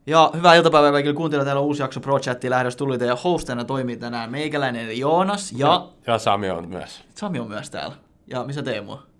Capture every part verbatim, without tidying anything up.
Ja hyvää iltapäivää kaikille kuuntelijoille. Täällä on uusi jakso Pro Chatti lähdössä tuli ja hostena toimii tänään meikäläinen eli Joonas. Ja... ja... Ja Sami on myös. Sami on myös täällä. Ja missä Teemu on?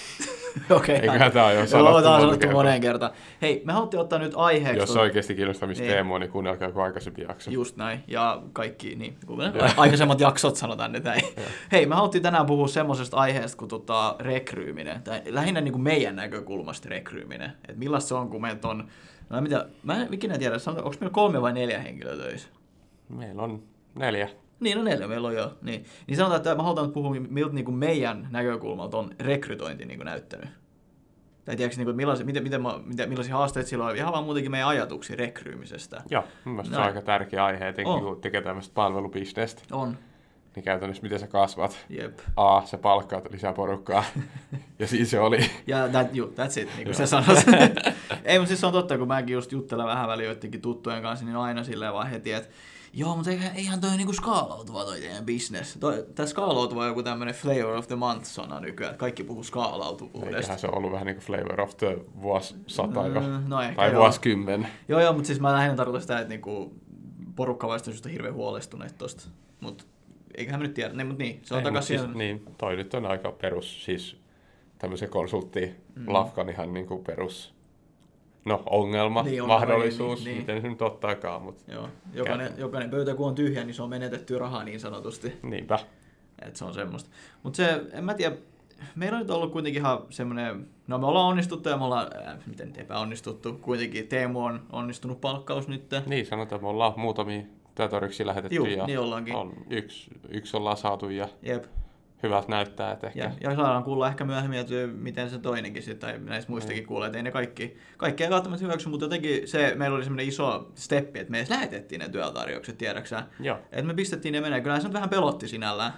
Okei. Okay, eiköhän tää on jo sanottu, Joo, tää on sanottu kertaan. moneen kertaan. Hei, me haluttiin ottaa nyt aiheeksi... Jos oikeasti kiinnostaa, mistä niin. Teemu on, niin kuunnelkaa joku aikaisempi jakso. Just näin. Ja kaikki, niin, aikaisemmat jaksot sanotaan nyt näin. Hei, me haluttiin tänään puhua semmoisesta aiheesta kuin tota, rekryyminen. Tai lähinnä niin kuin meidän näkökulmasta rekryyminen. Että millaista se on, kun meiltä on... No, mitä, mä en ikinä tiedä, onko meillä kolme vai neljä henkilöä töissä? Meillä on neljä. Niin, no neljä meillä on jo. Niin, niin sanotaan, että mä halutaan puhua, miltä niin kuin meidän näkökulmalta on rekrytointi niin kuin näyttänyt. Tai tiedätkö, niin kuin, millaisia, miten, miten, miten, millaisia haasteita sillä on, ihan vaan muutenkin meidän ajatuksia rekryymisestä. Joo, mun mielestä no. Se on aika tärkeä aihe, etenkin on. Kun tekee tämmöistä palvelubisnestä. On. Niin käytännössä miten sä kasvat. Jep. A, sä palkkaat lisää porukkaa. Ja siis se oli. Ja that, you, that's it, niin kuin sä sanoit. Ei, mutta siis se on totta, kun mäkin just juttelen vähän väliin joidenkin tuttujen kanssa, niin aina silleen vaan heti, että joo, mutta eihän toi niinku skaalautuva toi teidän business. Tää skaalautuva on joku tämmönen flavor of the month-sana nykyään, että kaikki puhuu skaalautuvuudesta. Eiköhän se on ollut vähän niinku flavor of the vuosisata mm, no ehkä, tai joo. vuosikymmen. Joo, joo, mutta siis mä lähinnä tarkoitan sitä, että niinku porukka vaistoista on hirveän huolestuneet tosta. Mut eiköhän me nyt tiedä, niin, mut niin, se on takas siis, siihen. Niin, toi nyt on aika perus, siis tämmöisen konsultti-lafkan mm. ihan niinku perus. No, ongelma, niin, mahdollisuus, niin, niin, miten se nyt ottaakaan. Mutta joo, jokainen, jokainen pöytä kun on tyhjä, niin se on menetetty rahaa niin sanotusti. Niinpä. Et se on semmoista. Mutta se, en mä tiedä, meillä on nyt ollut kuitenkin ihan semmoinen, no me ollaan onnistuttu ja me ollaan, äh, miten nyt epäonnistuttu, kuitenkin Teemu on onnistunut palkkaus nyt. Niin, sanotaan, me ollaan muutamia työtarjouksia lähetetty. Juu, ja niin ollaankin. On, yksi, yksi ollaan saatu ja Jep. hyvältä näyttää, että ehkä... Ja, ja saadaan kuulla ehkä myöhemmin, että miten se toinenkin sitten, tai näistä muistakin kuulee, että ei ne kaikki, kaikki ei välttämättä hyväksy, mutta jotenkin se, meillä oli semmoinen iso steppi, että me edes lähetettiin ne työtarjoukset, tiedäksä. Joo. Että me pistettiin ne menee, kyllä se nyt vähän pelotti sinällään.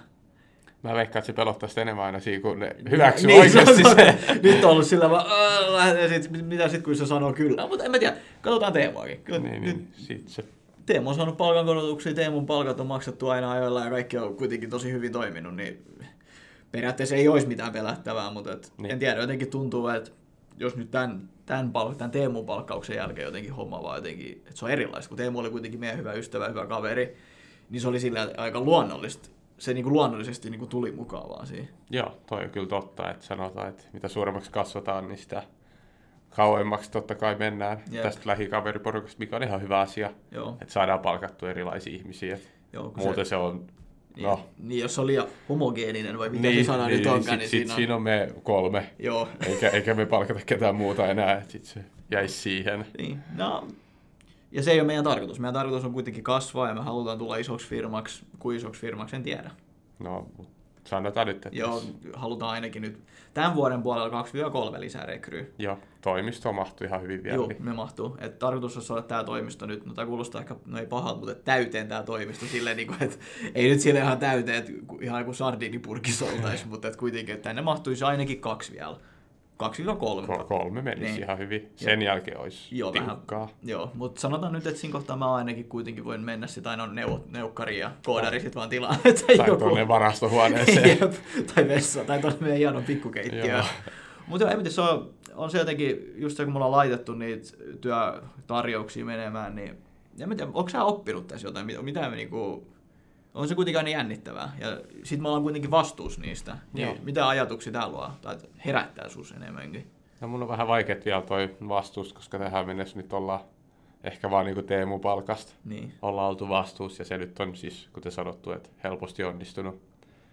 Mä veikkaan, että se pelottaa sitä enemmän aina siinä, kun ne hyväksyy niin, oikeasti se. Nyt on ollut sillä vaan, sit, mitä sitten kun se sanoo kyllä, mutta en mä tiedä, katsotaan Teemuakin. Kyllä, niin, nyt, niin, sit se... Teemu on saanut palkankorotuksia, Teemun palkat on maksettu aina ajoilla ja kaikki on kuitenkin tosi hyvin toiminut, niin periaatteessa ei olisi mitään pelättävää, mutta et niin. En tiedä, jotenkin tuntuu, että jos nyt tämän, tämän, pal- tämän Teemun palkkauksen jälkeen jotenkin homma vaan jotenkin, että se on erilaista, kun Teemu oli kuitenkin meidän hyvä ystävä, hyvä kaveri, niin se oli sillä aika luonnollista. Se niin kuin luonnollisesti niin kuin tuli mukaan vaan siihen. Joo, toi on kyllä totta, että sanotaan, että mitä suuremmaksi kasvataan, niin sitä kauemmaksi totta kai mennään Jep. tästä lähikaveriporukasta, mikä on ihan hyvä asia, Joo. että saadaan palkattua erilaisia ihmisiä. Joo, muuten se, se on... Niin, no. niin, jos oli homogeeninen vai mitä niin, se sana niin, nyt onkaan, sit, niin sit siinä on... siinä on me kolme, Joo. eikä, eikä me palkata ketään muuta enää, että sit se jäisi siihen. Niin, no... Ja se ei ole meidän tarkoitus. Meidän tarkoitus on kuitenkin kasvaa ja me halutaan tulla isoksi firmaksi, kuin isoksi firmaksi, en tiedä. No, sanotaan nyt, että... Joo, jos... halutaan ainakin nyt tämän vuoden puolella kaksi kolme lisää rekryä. Joo, toimisto mahtuu ihan hyvin vielä. Joo, me mahtuu. Et tarkoitus on saada tämä toimisto nyt, no tämä kuulostaa ehkä, no ei pahalta, mutta täyteen tämä toimisto silleen, niin kuin, että ei nyt sille ihan täyteen, että ihan joku sardiinipurkissa oltaisiin, mutta että kuitenkin, että tänne mahtuisi ainakin kaksi vielä. Kaksi kolme. Kol- kolme menisi niin. Ihan hyvin. Sen Jop. Jälkeen olisi joo, tiukkaa. Vähän, joo, mutta sanotaan nyt, että siinä kohtaa mä ainakin kuitenkin voin mennä sitä aina neuv- neukkari ja koodari sit vaan tilaan. Tai joku... tuonne varastohuoneeseen. Jep, tai vessa, tai tuonne meidän hienon pikkukeittiöön. Mutta ei se on, on se jotenkin, just se kun mulla on laitettu niitä työtarjouksia menemään, niin en mä tiedä, onko sä oppinut tässä jotain, mitä me niinku... On se kuitenkin aina jännittävää, ja sit me ollaan kuitenkin vastuussa niistä. Niin mitä ajatuksia tää luo, tai herättää sus enemmänkin? No mun on vähän vaikea vielä toi vastuus, koska tähän mennessä nyt ollaan ehkä vaan niinku Teemu palkasta. Niin. Ollaan oltu vastuussa, ja se nyt on siis, kuten sanottu, että helposti onnistunut.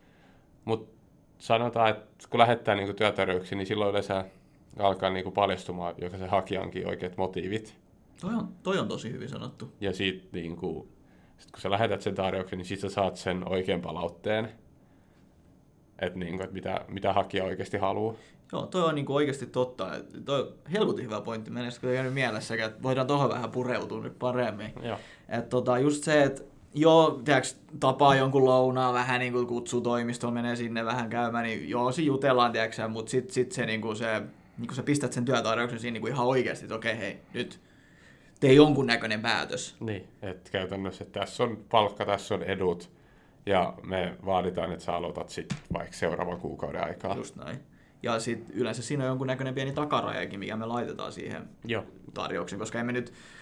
Mut sanotaan, että kun lähettää niinku työtarjouksia, niin silloin yleensä alkaa niinku paljastumaan jokaisen hakijankin oikeat motiivit. Toi on, toi on tosi hyvin sanottu. Ja sit niinku... Sitten kun sä lähetät sen tarjouksen, niin sit sä saat sen oikean palautteen, että niinku, et mitä, mitä hakija oikeasti haluaa. Joo, toi on niinku oikeasti totta. Toi on helkutin hyvä pointti. Mä en edes käynyt mielessäkään, että voidaan tohon vähän pureutua nyt paremmin. Että tota, just se, että joo, tiedätkö, tapaa jonkun lounaa, vähän niin kuin kutsuu toimistoon, menee sinne vähän käymään, niin joo, siinä jutellaan, tiedätkö, mutta sit, sit se, niin kuin se, niin kuin sä pistät sen työtarjouksen siinä niin kuin ihan oikeasti, että okei, hei, nyt tee jonkunnäköinen päätös. Niin, että käytännössä että tässä on palkka, tässä on edut, ja me vaaditaan, että sä aloitat sitten vaikka seuraavan kuukauden aikaa. Just näin. Ja sitten yleensä siinä on jonkunnäköinen pieni takarajakin, mikä me laitetaan siihen Joo. tarjoukseen, koska emme nyt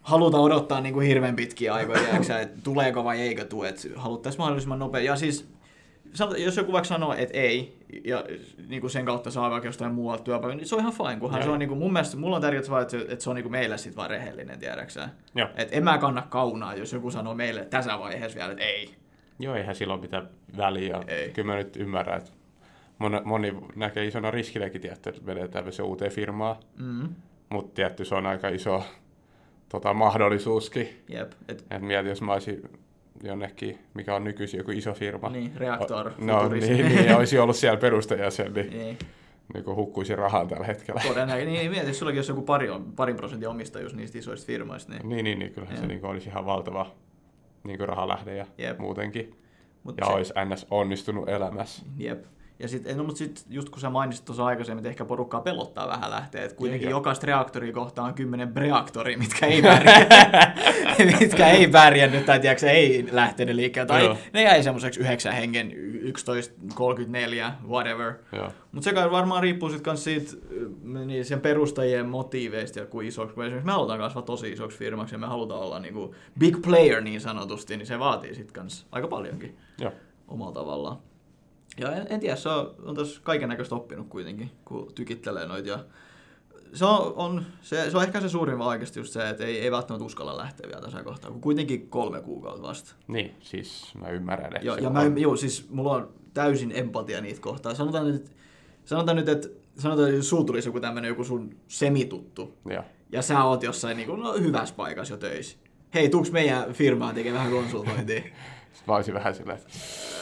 haluta odottaa niin kuin hirveän pitkiä aikoja, tiedätkö, että tuleeko vai eikö tule, että haluttaisiin mahdollisimman nopea. Ja siis, jos joku vaikka sanoo, että ei, ja niin kuin sen kautta saa vaikka jostain muualta työpaikkaa, niin se on ihan fine, kunhan se on niin kuin, mun mielestä, mulla on tärkeää, että se, että se on niin kuin meille sitten vaan rehellinen, tiedäksä. Että en mä kanna kaunaa, jos joku sanoo meille tässä vaiheessa vielä, että ei. Joo, eihän silloin mitään väliä. Ei. Kyllä mä nyt ymmärrän, että moni, moni näkee isona riskinäkin, tietty, että menee tämmöiseen uuteen firmaan, mm. mutta tietty se on aika iso tota, mahdollisuuskin. Jep. Et... Et mieti, jos mä olisin jonnekin, mikä on nykyisin joku iso firma. Niin, Reaktor. No niin, niin, ja olisi ollut siellä perustajäsen, niin, niin. niin hukkuisi rahaan tällä hetkellä. Todennäköisesti. Niin, mieti, jos sullakin olisi joku pari, parin prosentin omistajuus niistä isoista firmoista. Niin, niin, niin, niin kyllähän ja. se niin olisi ihan valtava niin rahalähde ja Jep. muutenkin. Mut ja se... olisi ns. Onnistunut elämässä. Jep. Ja sitten, no, mutta sitten just kun sä mainitsit tuossa aikaisemmin, että ehkä porukkaa pelottaa vähän lähteä, että kuitenkin ja, jokaista reaktoria kohtaan on kymmenen reaktoria, mitkä ei pärjää, mitkä ei pärjännyt tai tiedätkö, ei lähtenyt liikkeelle, tai Joo. ne jäi semmoiseksi yhdeksän hengen, yksitoista, kolmekymmentäneljä, whatever. Mutta se varmaan riippuu sitten myös siitä niin sen perustajien motiiveista ja kuin isoksi, kun esimerkiksi me halutaan kasvaa tosi isoksi firmaksi ja me halutaan olla niinku big player niin sanotusti, niin se vaatii sitten myös aika paljonkin Joo. omalla tavallaan. Ja en, en tiedä, se on, on tässä kaiken näköistä oppinut kuitenkin, kun tykittelee noita. Ja se, on, on, se, se on ehkä se suurin oikeasti just se, että ei, ei välttämättä uskalla lähteä vielä tässä kohtaa, kun kuitenkin kolme kuukautta vasta. Niin, siis mä ymmärrän. Ja, ja mä, joo, siis mulla on täysin empatia niitä kohtaa. Sanotaan nyt, sanotaan nyt että sanotaan, että sulla tulisi joku tämmöinen joku sun semituttu, ja, ja sä oot jossain niin kuin, no, hyvässä paikassa jo töissä. Hei, tuuks meidän firmaan tekee vähän konsultointia? Mä olisin vähän silleen, että...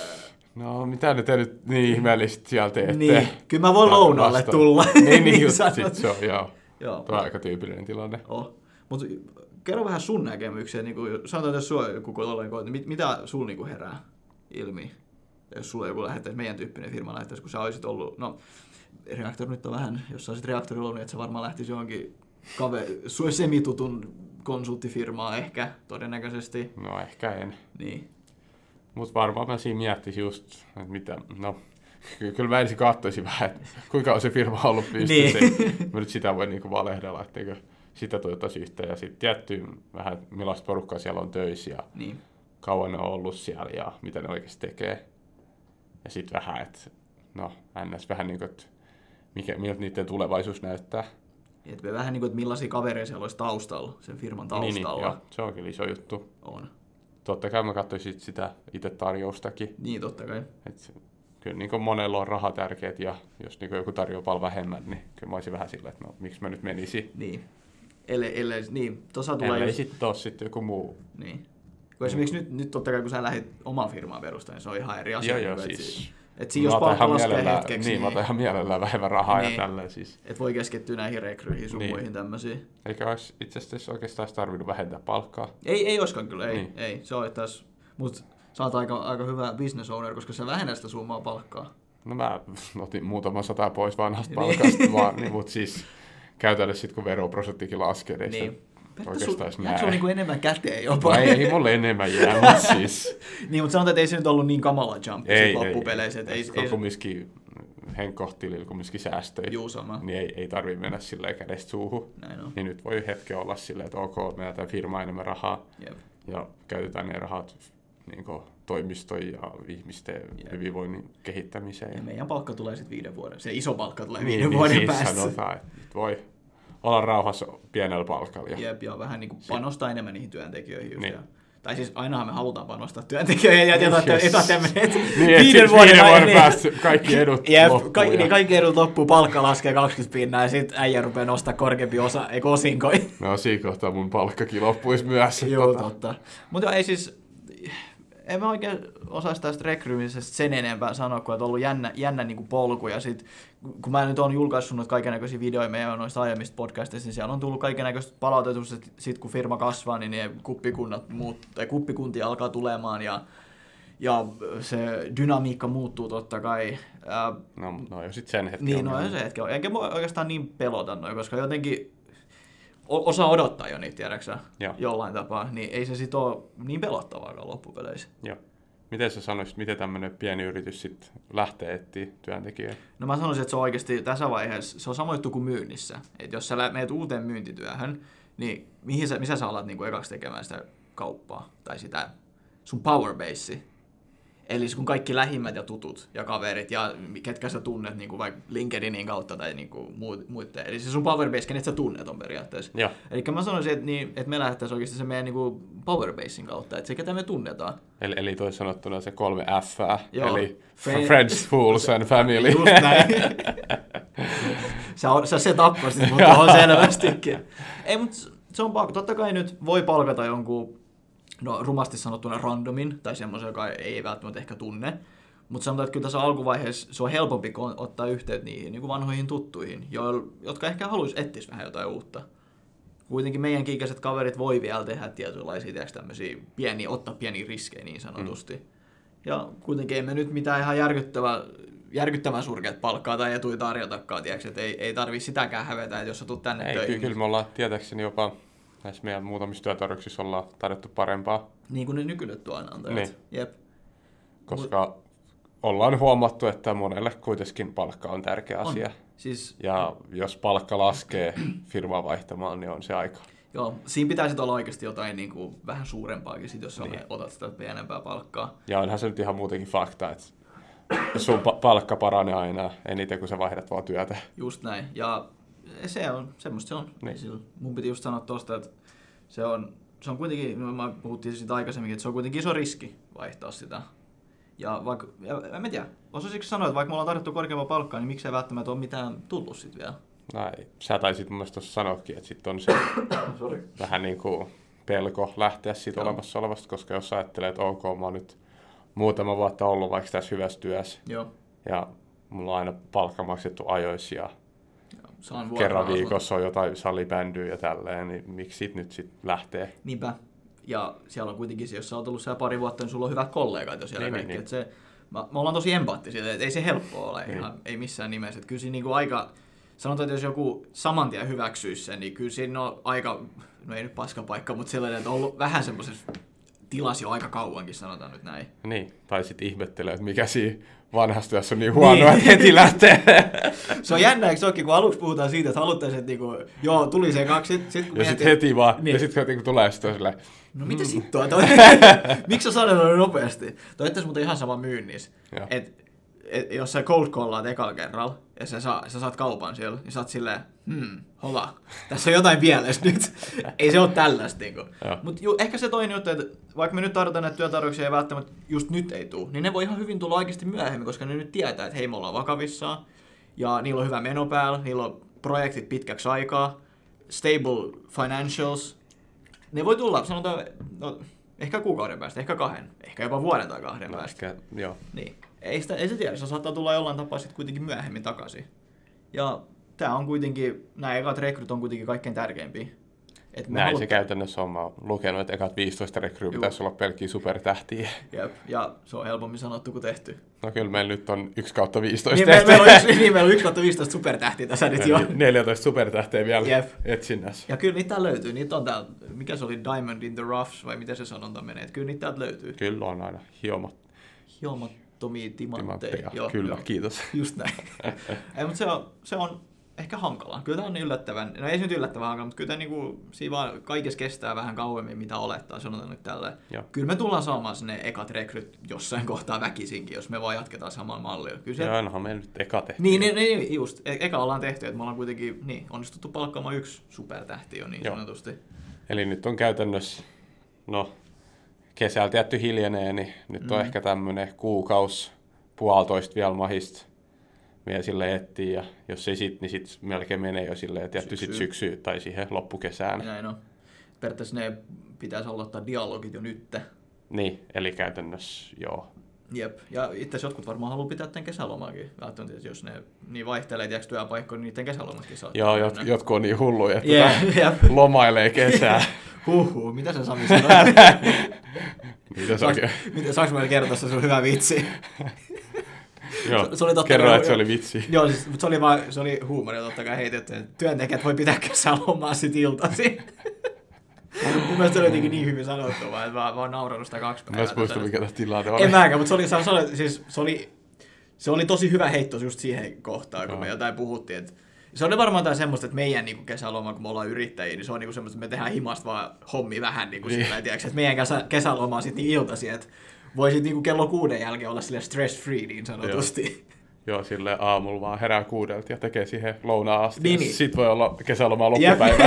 No, mitä ne te nyt niin ihmeellistä siellä teette? Niin, kyllä mä voin lounaalle tulla. niin, niin just sit se on, joo. joo. Tuo on aika tyypillinen tilanne. Oh. Mutta kerro vähän sun näkemyksiä, niin kuin, sanotaan, jos sulla joku kotolla, niin mitä sulla niin herää ilmi? Jos sulla joku lähettäisi, meidän tyyppinen firma lähettäisi, kun sä olisit ollut, no, reaktori nyt on vähän, jos sä olisit reaktorilla ollut, niin että sä varmaan lähtisi johonkin kave, semitutun konsulttifirmaa ehkä, todennäköisesti. No, ehkä en. Niin. Mutta varmaan mä siinä miettisin just, että mitä, no, kyllä mä ensin katsoisin vähän, että kuinka on se firma ollut pystyssä. Niin. Mä nyt sitä voi niinku valehdella, etteikö sitä toivottaisi yhteen. Ja sitten tietty vähän, millaista porukkaa siellä on töissä ja niin. kauan ne on ollut siellä ja mitä ne oikeasti tekee. Ja sitten vähän, että no, ns. Vähän niin kuin, että mikä, miltä niiden tulevaisuus näyttää. Et vähän niin kuin, että millaisia kavereja siellä olisi taustalla, sen firman taustalla. Niin, niin joo, se on kyllä iso juttu. On. Totta kai mä katsoisin sitä itse tarjoustakin. Niin, totta kai. Et kyllä niin monella on raha tärkeät ja jos niin joku tarjoaa paljon vähemmän, niin kyllä mä olisin vähän silleen, että no, miksi mä nyt menisin. Niin. Ellei, ellei, niin. Tossa tulee ellei just... sitten ole sitten joku muu. Niin. Kun esimerkiksi nyt, nyt totta kai, kun sä lähdit oman firmaan perustamaan, niin se on ihan eri asia. Joo, joo, siis. Että siinä jos palkka laskee hetkeksi, niin... Niin, mä otan ihan mielellään vähemmän rahaa niin, ja tälleen siis. Että voi keskittyä näihin rekryihin, summuihin, niin. tämmöisiin. Eikä olisi itse asiassa oikeastaan tarvinnut vähentää palkkaa. Ei, ei olisikaan kyllä, ei. Niin. ei. Se on taas, mutta sä oot aika, aika hyvä business owner, koska sä vähennät sitä summaa palkkaa. No mä otin muutama sata pois vanhasta palkasta vaan, niin, mutta siis käytännössä sitten kun veroprosenttikin laskee, niin, niin. Oikeastaan näin. Jääkö sulla niinku enemmän käteen jopa? No ei, ei mulle enemmän jää, mutta siis... niin, mutta sanotaan, että ei se nyt ollut niin kamala jump ei, loppupeleissä. Ei, ei. ei kumminkin Henkko-tilillä kumminkin säästöjä. Juu, sama. Niin ei, ei tarvitse mennä silleen kädestä suuhun. Näin on. Niin nyt voi hetken olla silleen, että ok, me jätetään firmaan enemmän rahaa. Jep. Ja käytetään ne rahat niin toimistojen ja ihmisten Jep. hyvinvoinnin kehittämiseen. Ja meidän palkka tulee sitten viiden vuoden. Se iso palkka tulee niin, viiden niin, vuoden siis päässä. Sanotaan, että nyt voi olla rauhassa pienellä palkalla. Ja... Jep, ja vähän niin kuin panostaa enemmän niihin työntekijöihin. Just niin. ja... Tai siis ainahan me halutaan panostaa työntekijöihin ja etätemmeneet niin, viiden vuoden, vuoden päästä kaikki edut Jep, loppuu. Ka- niin kaikki edut loppuu, palkka laskee kaksikymmentä pinnaa ja sitten äijä rupeaa nostaa korkeampi osa, eikö osinkoja. No siinä kohtaa mun palkkakin loppuisi myös. Joo, tota. totta. Mutta ei siis, en mä oikein osaisi tästä rekryymisestä sen enempää sanoa, kun on ollut jännä, jännä niin kuin polku. Ja sit, kun mä nyt oon julkaissut noita kaikennäköisiä videoja meidän noista aiemmista podcasteista, niin siellä on tullut kaikennäköistä palautetusta, että sit kun firma kasvaa, niin ne kuppikunnat muut, tai kuppikuntia alkaa tulemaan ja, ja se dynamiikka muuttuu totta kai. Ää, no, no jo sit sen hetken Niin, no jo se hetken. Enkä mä oikeastaan niin pelota noin, koska jotenkin osaa odottaa jo niitä, tiedäksä, jollain tapaa, niin ei se sit ole niin pelottavaakaan loppupeleissä. Joo. Miten sä sanoisit, miten tämmöinen pieni yritys sitten lähtee etsiä työntekijöitä? No mä sanoisin, että se on oikeasti tässä vaiheessa, se on sama juttu kuin myynnissä. Että jos sä menet uuteen myyntityöhön, niin mihin sä, missä sä alat niin kuin ekaksi tekemään sitä kauppaa tai sitä sun powerbase? Eli kun kaikki lähimmät ja tutut ja kaverit ja ketkä sä tunnet niin kuin vaikka LinkedInin kautta tai niin kuin muiden. Eli se sun powerbase, kenet sä tunnet on periaatteessa. Joo. Eli mä sanoisin, että, niin, että me lähdettäisiin oikeasti se meidän niin kuin powerbasein kautta, että se ketä me tunnetaan. Eli, eli toisin sanottuna se kolme F:ää, Joo. eli Friends, Friends, Fools and Family. Just näin. sä, sä se tappasit, mutta on selvästikin. Ei, mutta se on pakko. Totta kai nyt voi palkata jonkun, no rumasti sanottuna randomin, tai semmoisen, joka ei välttämättä ehkä tunne. Mutta sanotaan, että kyllä tässä alkuvaiheessa se on helpompi ottaa yhteyttä niihin niin kuin vanhoihin tuttuihin, jotka ehkä haluaisi etsiä vähän jotain uutta. Kuitenkin meidän ikäiset kaverit voi vielä tehdä tietynlaisia tämmöisiä pieniä, ottaa pieniä riskejä niin sanotusti. Mm. Ja kuitenkin emme nyt mitään ihan järkyttävää, järkyttävän surkeat palkkaa tai etuja tarjotakaan, tiedätkö, että ei, ei tarvitse sitäkään hävetä, että jos sä tulet tänne ei, töihin. Kyllä me ollaan tietääkseni jopa näissä meidän muutamissa työtarjouksissa ollaan tarjottu parempaa. Niin kuin ne nykynyt työnantajat. Niin. Jep. Koska Mut... ollaan huomattu, että monelle kuitenkin palkka on tärkeä on. asia. Siis... Ja jos palkka laskee firmaa vaihtamaan, niin on se aika. Joo, siinä pitäisi olla oikeasti jotain niin kuin, vähän suurempaakin, sit, jos niin. otat sitä pienempää palkkaa. Ja onhan se nyt ihan muutenkin fakta, että sun pa- palkka paranee aina eniten, kun sä vaihdat vaan työtä. Just näin. Ja se on, semmoista se on. Niin. Mun piti just sanoa tosta, että se on, se on kuitenkin, mä puhuttiin siitä aikaisemminkin, että se on kuitenkin iso riski vaihtaa sitä. Ja vaikka, ja, en mä tiedä, osaisitko sanoa, että vaikka me ollaan tarjottu korkeampaa palkkaa, niin miksei välttämättä ole mitään tullut sit vielä? No ei. Sä taisit mun mielestä tuossa sanoakin, että sitten on se vähän niin kuin pelko lähteä siitä Joo. olemassa olevasta, koska jos ajattelee, että ok, mä oon nyt muutama vuotta ollut vaikka tässä hyvässä työssä, Joo. ja mulla on aina palkka maksettu ajoissa, ja Saan kerran viikossa on jotain salibändyä ja tälleen, niin miksi sit nyt sit lähtee? Niinpä. Ja siellä on kuitenkin, jos sä oot ollut siellä pari vuotta, niin sulla on hyvät kollegat jo siellä niin, kaikki. Niin, että se, me ollaan tosi empaattisia, että ei se helppoa ole, niin. ihan, ei missään nimessä. Että kyllä siinä niin kuin aika, sanotaan, että jos joku saman tien hyväksyisi sen, niin kyllä siinä on aika, no ei nyt paskapaikka, mutta sellainen, että on ollut vähän semmoisessa tilassa jo aika kauankin, sanotaan nyt näin. Niin, tai sitten ihmettelee, että mikä siinä vanhassa työssä on niin huono, niin. että heti lähtee. Se on jännä, eikö se olekin, kun aluksi puhutaan siitä, että haluttaisiin, että niinku, joo, tuli se kaksi, sit, sit kun ja sitten heti vaan, niin. ja sitten kun tulee sitten silleen, no mitä sittoa toi? Miksi sä sanot noin nopeasti? Toi ettäisi muuten ihan sama myynnissä. Et, et, jos sä cold callaat ekalla kerralla, ja sä, saa, sä saat kaupan siellä, niin sä oot silleen, hmm, hola, tässä on jotain pielessä nyt. Ei se ole tällaista. Niin mutta ehkä se toinen juttu, että vaikka me nyt tarvitaan näitä työtarjouksia, ei välttämättä just nyt ei tule, niin ne voi ihan hyvin tulla oikeasti myöhemmin, koska ne nyt tietää, että hei, me ollaan vakavissaan, ja niillä on hyvä meno päällä, niillä on projektit pitkäksi aikaa, stable financials. Ne voi tulla, sanotaan, no, ehkä kuukauden päästä, ehkä kahden, ehkä jopa vuoden tai kahden no, päästä. Ehkä, joo. Niin. Ei, sitä, ei se tiedä, se saattaa tulla jollain tapaa sitten kuitenkin myöhemmin takaisin. Ja tämä on kuitenkin, nämä ekat rekryt on kuitenkin kaikkein tärkeimpiä. Et Näin halut... se käytännössä on. Mä oon lukenut, että ekat viisitoista rekryä pitäisi olla pelkkiä supertähtiä. Jep, ja se on helpommin sanottu kuin tehty. No kyllä meillä nyt on yksi kautta viisitoista niin, meillä, meillä on yksi, niin, meillä on yksi kautta viisitoista supertähtiä tässä nyt jo. neljätoista supertähteä vielä Jep. etsinnässä. Ja kyllä niitä löytyy. Niitä on täällä, mikä se oli, Diamond in the Roughs, vai miten se sanonta menee. Että kyllä niitä täältä löytyy. Kyllä on aina hiomat. Hiomat. Tomia timantteja. Joo, kyllä, joo. Kiitos. Just näin. Ei, mutta se on, se on ehkä hankala. Kyllä tämä on yllättävän, no ei se nyt yllättävän hankala, mutta kyllä tämä niinku, siinä vaan kaikessa kestää vähän kauemmin, mitä olettaa, sanotaan nyt tälleen. Kyllä me tullaan saamaan sinne ekat rekryt jossain kohtaa väkisinkin, jos me vaan jatketaan saman mallilla. Kyllä se... Joo, onhan meillä nyt eka tehty. Niin, niin, niin, just. Eka ollaan tehty, että me ollaan kuitenkin niin, onnistuttu palkkaamaan yksi supertähti jo niin sanotusti. Eli nyt on käytännössä, no kesällä tietty hiljenee, niin nyt on mm. ehkä tämmöinen kuukausi, puolitoista vielä mahista vielä sille etsiä, ja jos ei sit, niin sit melkein menee jo silleen tietty sit syksyyn tai siihen loppukesään. Näin on. Periaatteessa ne pitäisi aloittaa dialogit jo nyt. Niin, eli käytännössä joo. Jep, ja itse asiassa jotkut varmaan haluaa pitää tämän kesälomakin. Välttämättä, jos ne niin vaihtelee tiedätkö työpaikkoja, niin niiden kesälomatkin saa. Joo, jot, jotkut on niin hulluja, että yeah, tota, yep. lomailee kesää. Huhhuh, mitä sä Sami sanoit? Mitä sä oikein? Saanko meillä kertoa se sun hyvä vitsi? Joo, se, se oli kerro, kai, että se oli vitsi. Joo, siis, mutta se oli, vaan, se oli huumoria totta kai heitetty, että työntekijät voi pitää kesälomaa sit iltasi. Mun mielestä se oli jotenkin niin hyvin sanottu, vaan että mä, mä oon naurannut sitä kaksi päivää. Mä en muista, mikä tässä tilanne oli. En mäkään, mutta se oli, se, oli, siis, se, oli, se oli tosi hyvä heitto just siihen kohtaan, kun no. me jotain puhuttiin, että Se on varmaan jotain semmoista, että meidän niin kesäloma, kun me ollaan yrittäjiä, niin se on niin semmoista, että me tehdään himasta vaan hommi vähän niin kuin niin. Sillä, tiedätkö, että meidän kesä, kesäloma on sitten niin iltaisin, että voisit niin kello kuuden jälkeen olla sille stress-free niin sanotusti. Joo, Joo sille aamulla vaan herää kuudelta ja tekee siihen lounaan asti. Niin, niin. Sitten voi olla kesäloma loppupäivä.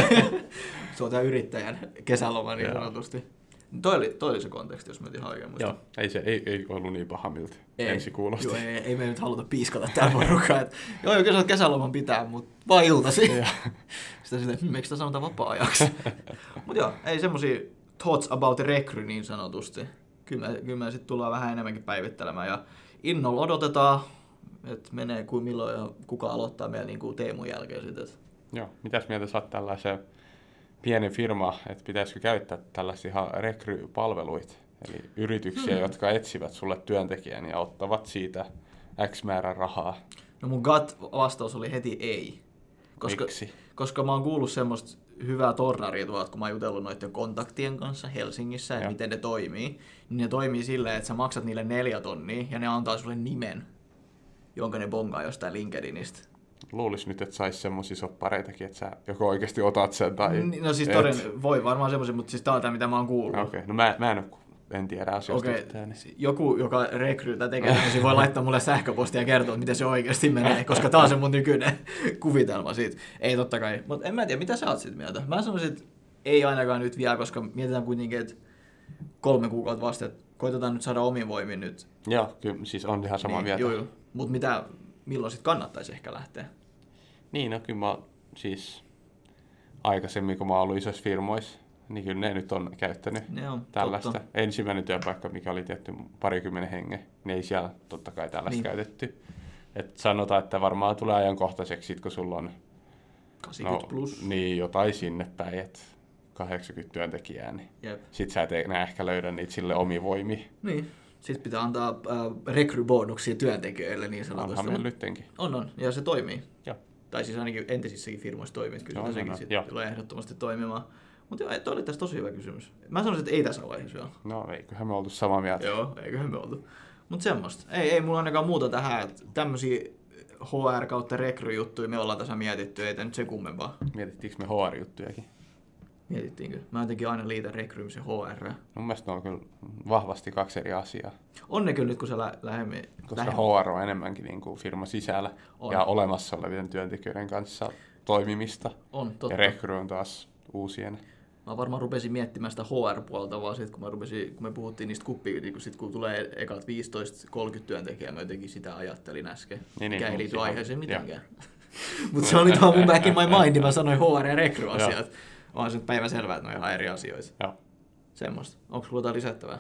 Se on tämä yrittäjän kesäloma niin sanotusti. Toi oli, toi oli se konteksti, jos mä en ihan oikein muista. Joo, ei se ei, ei ollut niin paha miltä ensi kuulosti. Joo, ei, ei me nyt haluta piiskata tää porukkaa. Että, joo, joo, kyllä kesäloman pitää, mutta vaan iltasi. Sitä sitten, hm, eikö sitä sanotaan vapaa-ajaksi? Mutta joo, ei semmosia thoughts about recry niin sanotusti. Kyllä me, kyllä me sitten tullaan vähän enemmänkin päivittelemään ja innolla odotetaan, että menee kuin milloin ja kuka aloittaa meidän niin kuin Teemun jälkeen sitten. Joo, mitäs mieltä sä oot tällaisen pieni firma, että pitäisikö käyttää tällaisia ihan rekrypalveluita, eli yrityksiä, hmm. jotka etsivät sulle työntekijän ja ottavat siitä X määrän rahaa? No mun gut-vastaus oli heti ei. Koska, Miksi? Koska mä oon kuullut semmoista hyvää tornaria tuolta, kun mä oon jutellut noiden kontaktien kanssa Helsingissä, ja miten ne toimii. Niin ne toimii silleen, että sä maksat niille neljä tonnia ja ne antaa sulle nimen, jonka ne bongaa jostain LinkedInistä. Luulis nyt, että sais semmosia soppareitakin, että sä joko oikeasti otat sen tai... No siis toden, voi varmaan semmosia, mutta siis tää on tää, mitä mä oon kuullut. Okei, okay. No mä, mä en, ole, en tiedä asioista. Okay. Yhtään, niin. Joku, joka rekryytä tekee, niin voi laittaa mulle sähköpostia ja kertoa, miten se oikeasti menee, koska tää on se mun nykyinen kuvitelma siitä. Ei totta kai, mutta en mä tiedä, mitä sä oot siitä mieltä? Mä sanoisin, että ei ainakaan nyt vielä, koska mietitään kuitenkin, että kolme kuukautta vasta, että koitetaan nyt saada omin voimin nyt. Joo, kyllä siis on ihan samaa niin, mieltä. Mutta mitä, milloin sitten kannattaisi ehkä lähteä? Niin, no kyllä mä siis aikaisemmin, kun mä oon ollut isoissa firmoissa, niin kyllä ne nyt on käyttänyt ne on, tällaista. Totta. Ensimmäinen työpaikka, mikä oli tietty parikymmenen hengen, niin ei siellä totta kai tällaista niin. käytetty. Et sanotaan, että varmaan tulee ajankohtaiseksi, sit, kun sulla on kahdeksankymmentä no, plus. Niin, jotain sinne päin, että kahdeksankymmentä työntekijää, niin yep. sit sä et enää ehkä löydä niitä sille omi voimi. Niin. Sitten pitää antaa äh, rekrybonuksia työntekijöille niin sanotusti. Onhan meillä nyttenkin. On, on. Ja se toimii. Joo. Tai siis ainakin entisissäkin firmoissa toimii. Kyllä no, sekin no, sitten tulee ehdottomasti toimimaan. Mutta joo, toi oli tässä tosi hyvä kysymys. Mä sanoisin, että ei tässä vaiheessa vielä. No eiköhän me oltu samaa mieltä. Joo, eiköhän me oltu. Mutta semmoista. Ei, ei mulla ainakaan muuta tähän, että tämmöisiä H R kautta rekryjuttuja me ollaan tässä mietitty, ei nyt se kummempaa. Mietittiinkö me H R-juttujakin? Mietittiinkö? Mä jotenkin aina liitän rekryymisen H R. Mun mielestä ne on kyllä vahvasti kaksi eri asiaa. On ne kyllä nyt, kun se lä- lähemmin... Koska lähemmin. H R on enemmänkin niin kuin firman sisällä on. Ja olemassa olevien työntekijöiden kanssa toimimista. On, totta. Ja rekry on taas uusien. Mä varmaan rupesin miettimään sitä H R-puolta, vaan sit, kun, mä rupesin, kun me puhuttiin niistä kuppia, niin kun, sit, kun tulee ekat viisitoista kolmekymmentä työntekijää, mä jotenkin sitä ajattelin äsken, niin, mikä niin, ei liity aiheeseen mitenkään. Mutta se oli tuohon mun back in my mind, niin mä sanoin H R- ja rekry-asiat. Onhan se nyt päivän selvää, että ne on ihan eri asioita. Joo. Semmoista. Onko sulla jotain lisättävää?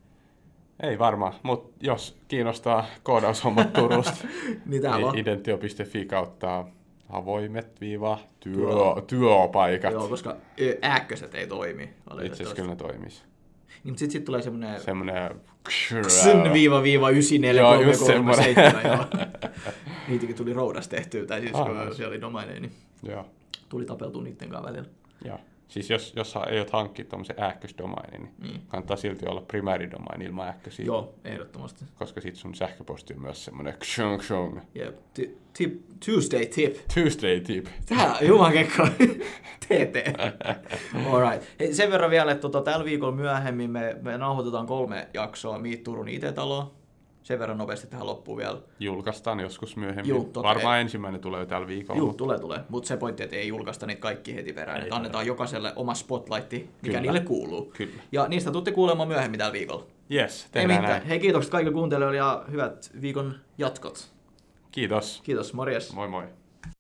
Ei varmaan, mutta jos kiinnostaa koodaushommat Turusta, niin identio piste fi kautta avoimet viiva työ, työpaikat. Joo, koska ääkköset ei toimi. Itse asiassa kyllä ne toimisi. Niin, mutta sitten sit tulee semmoinen... Semmoinen... Xn viiva viiva yhdeksänkymmentäneljä kolme kolme seitsemän, joo. Niitäkin tuli roudasta tehtyä, tai siis ah, kun siellä oli domainen, niin joo. Tuli tapeltua niiden kanssa välillä. Joo. Siis jos, jos ei ole hankkia tuommoisen ääkkösdomainin, niin mm. kannattaa silti olla primääridomain ilman ääkkösiä. Joo, ehdottomasti. Koska sit sun sähköposti on myös semmoinen xong xong. Jep. Tip, Tuesday tip. Tuesday tip. Tää juman kekko. T T. Alright. Hei, sen verran vielä, että tota, tällä viikolla myöhemmin me, me nauhoitetaan kolme jaksoa Meet Turun I T-taloa. Sen verran nopeasti tähän loppuun vielä. Julkaistaan joskus myöhemmin. Juu, varmaan ei. Ensimmäinen tulee jo tällä viikolla. Joo, tulee, tulee. Mutta se pointti, että ei julkaista niitä kaikki heti perään. Että annetaan jokaiselle oma spotlightti, mikä Kyllä. niille kuuluu. Kyllä. Ja niistä tuutte kuulemaan myöhemmin tällä viikolla. Yes, tehdään näin. Hei, kiitokset kaikille kuuntelijoille ja hyvät viikon jatkot. Kiitos. Kiitos, morjes. Moi moi.